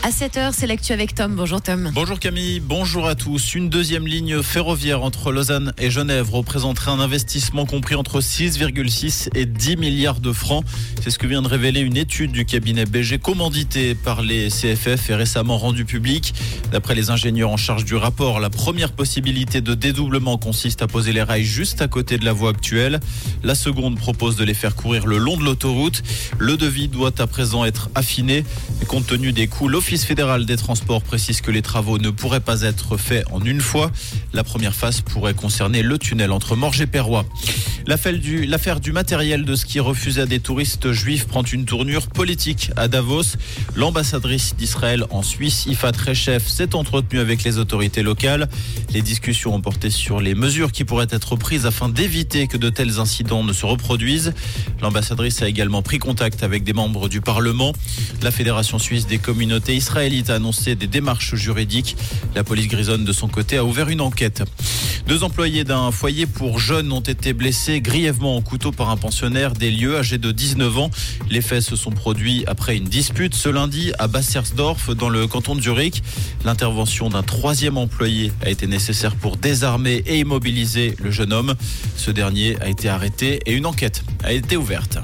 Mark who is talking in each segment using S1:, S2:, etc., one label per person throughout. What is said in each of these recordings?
S1: À 7h, c'est l'actu avec Tom. Bonjour Tom.
S2: Bonjour Camille, bonjour à tous. Une deuxième ligne ferroviaire entre Lausanne et Genève représenterait un investissement compris entre 6,6 et 10 milliards de francs. C'est ce que vient de révéler une étude du cabinet BG commanditée par les CFF et récemment rendue publique. D'après les ingénieurs en charge du rapport, la première possibilité de dédoublement consiste à poser les rails juste à côté de la voie actuelle. La seconde propose de les faire courir le long de l'autoroute. Le devis doit à présent être affiné. Et compte tenu des coûts, l'Office fédéral des transports précise que les travaux ne pourraient pas être faits en une fois. La première phase pourrait concerner le tunnel entre Morges et Perrois. L'affaire du matériel de ski refusé à des touristes juifs prend une tournure politique à Davos. L'ambassadrice d'Israël en Suisse, Yifat Rechef, s'est entretenue avec les autorités locales. Les discussions ont porté sur les mesures qui pourraient être prises afin d'éviter que de tels incidents ne se reproduisent. L'ambassadrice a également pris contact avec des membres du Parlement. La Fédération suisse des communautés israélites a annoncé des démarches juridiques. La police grisonne de son côté a ouvert une enquête. 2 employés d'un foyer pour jeunes ont été blessés grièvement au couteau par un pensionnaire des lieux âgé de 19 ans. Les faits se sont produits après une dispute ce lundi à Bassersdorf dans le canton de Zurich. L'intervention d'un 3e employé a été nécessaire pour désarmer et immobiliser le jeune homme. Ce dernier a été arrêté et une enquête a été ouverte.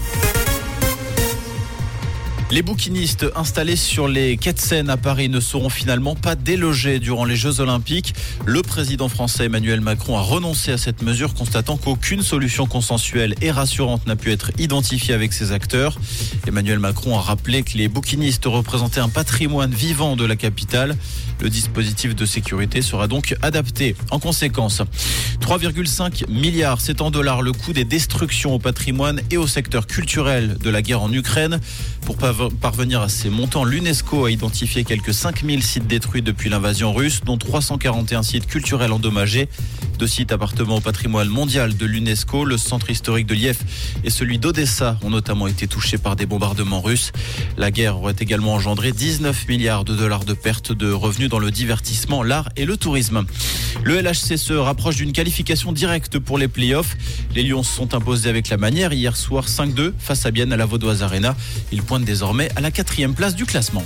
S2: Les bouquinistes installés sur les quais de Seine à Paris ne seront finalement pas délogés durant les Jeux Olympiques. Le président français Emmanuel Macron a renoncé à cette mesure, constatant qu'aucune solution consensuelle et rassurante n'a pu être identifiée avec ces acteurs. Emmanuel Macron a rappelé que les bouquinistes représentaient un patrimoine vivant de la capitale. Le dispositif de sécurité sera donc adapté. En conséquence, 3,5 milliards, c'est en dollars le coût des destructions au patrimoine et au secteur culturel de la guerre en Ukraine. Pour parvenir à ces montants, l'UNESCO a identifié quelques 5000 sites détruits depuis l'invasion russe, dont 341 sites culturels endommagés. 2 sites appartenant au patrimoine mondial de l'UNESCO, le centre historique de Liège et celui d'Odessa, ont notamment été touchés par des bombardements russes. La guerre aurait également engendré 19 milliards de dollars de pertes de revenus dans le divertissement, l'art et le tourisme. Le LHC se rapproche d'une qualification directe pour les playoffs. Les Lions se sont imposés avec la manière hier soir 5-2 face à Bienne à la Vaudoise Arena. Ils pointent désormais à la 4e place du classement.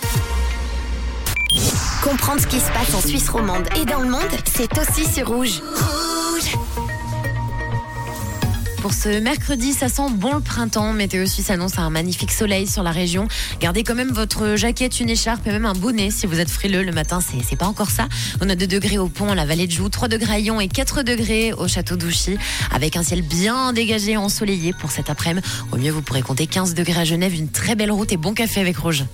S3: Comprendre ce qui se passe en Suisse romande et dans le monde, c'est aussi sur Rouge.
S1: Pour ce mercredi, ça sent bon le printemps. Météo Suisse annonce un magnifique soleil sur la région. Gardez quand même votre jaquette, une écharpe et même un bonnet si vous êtes frileux le matin. C'est pas encore ça. On a 2 degrés au Pont, à la Vallée de Joux, 3 degrés à Lyon et 4 degrés au Château d'Ouchy. Avec un ciel bien dégagé, ensoleillé pour cet après-midi. Au mieux, vous pourrez compter 15 degrés à Genève. Une très belle route et bon café avec Rouge.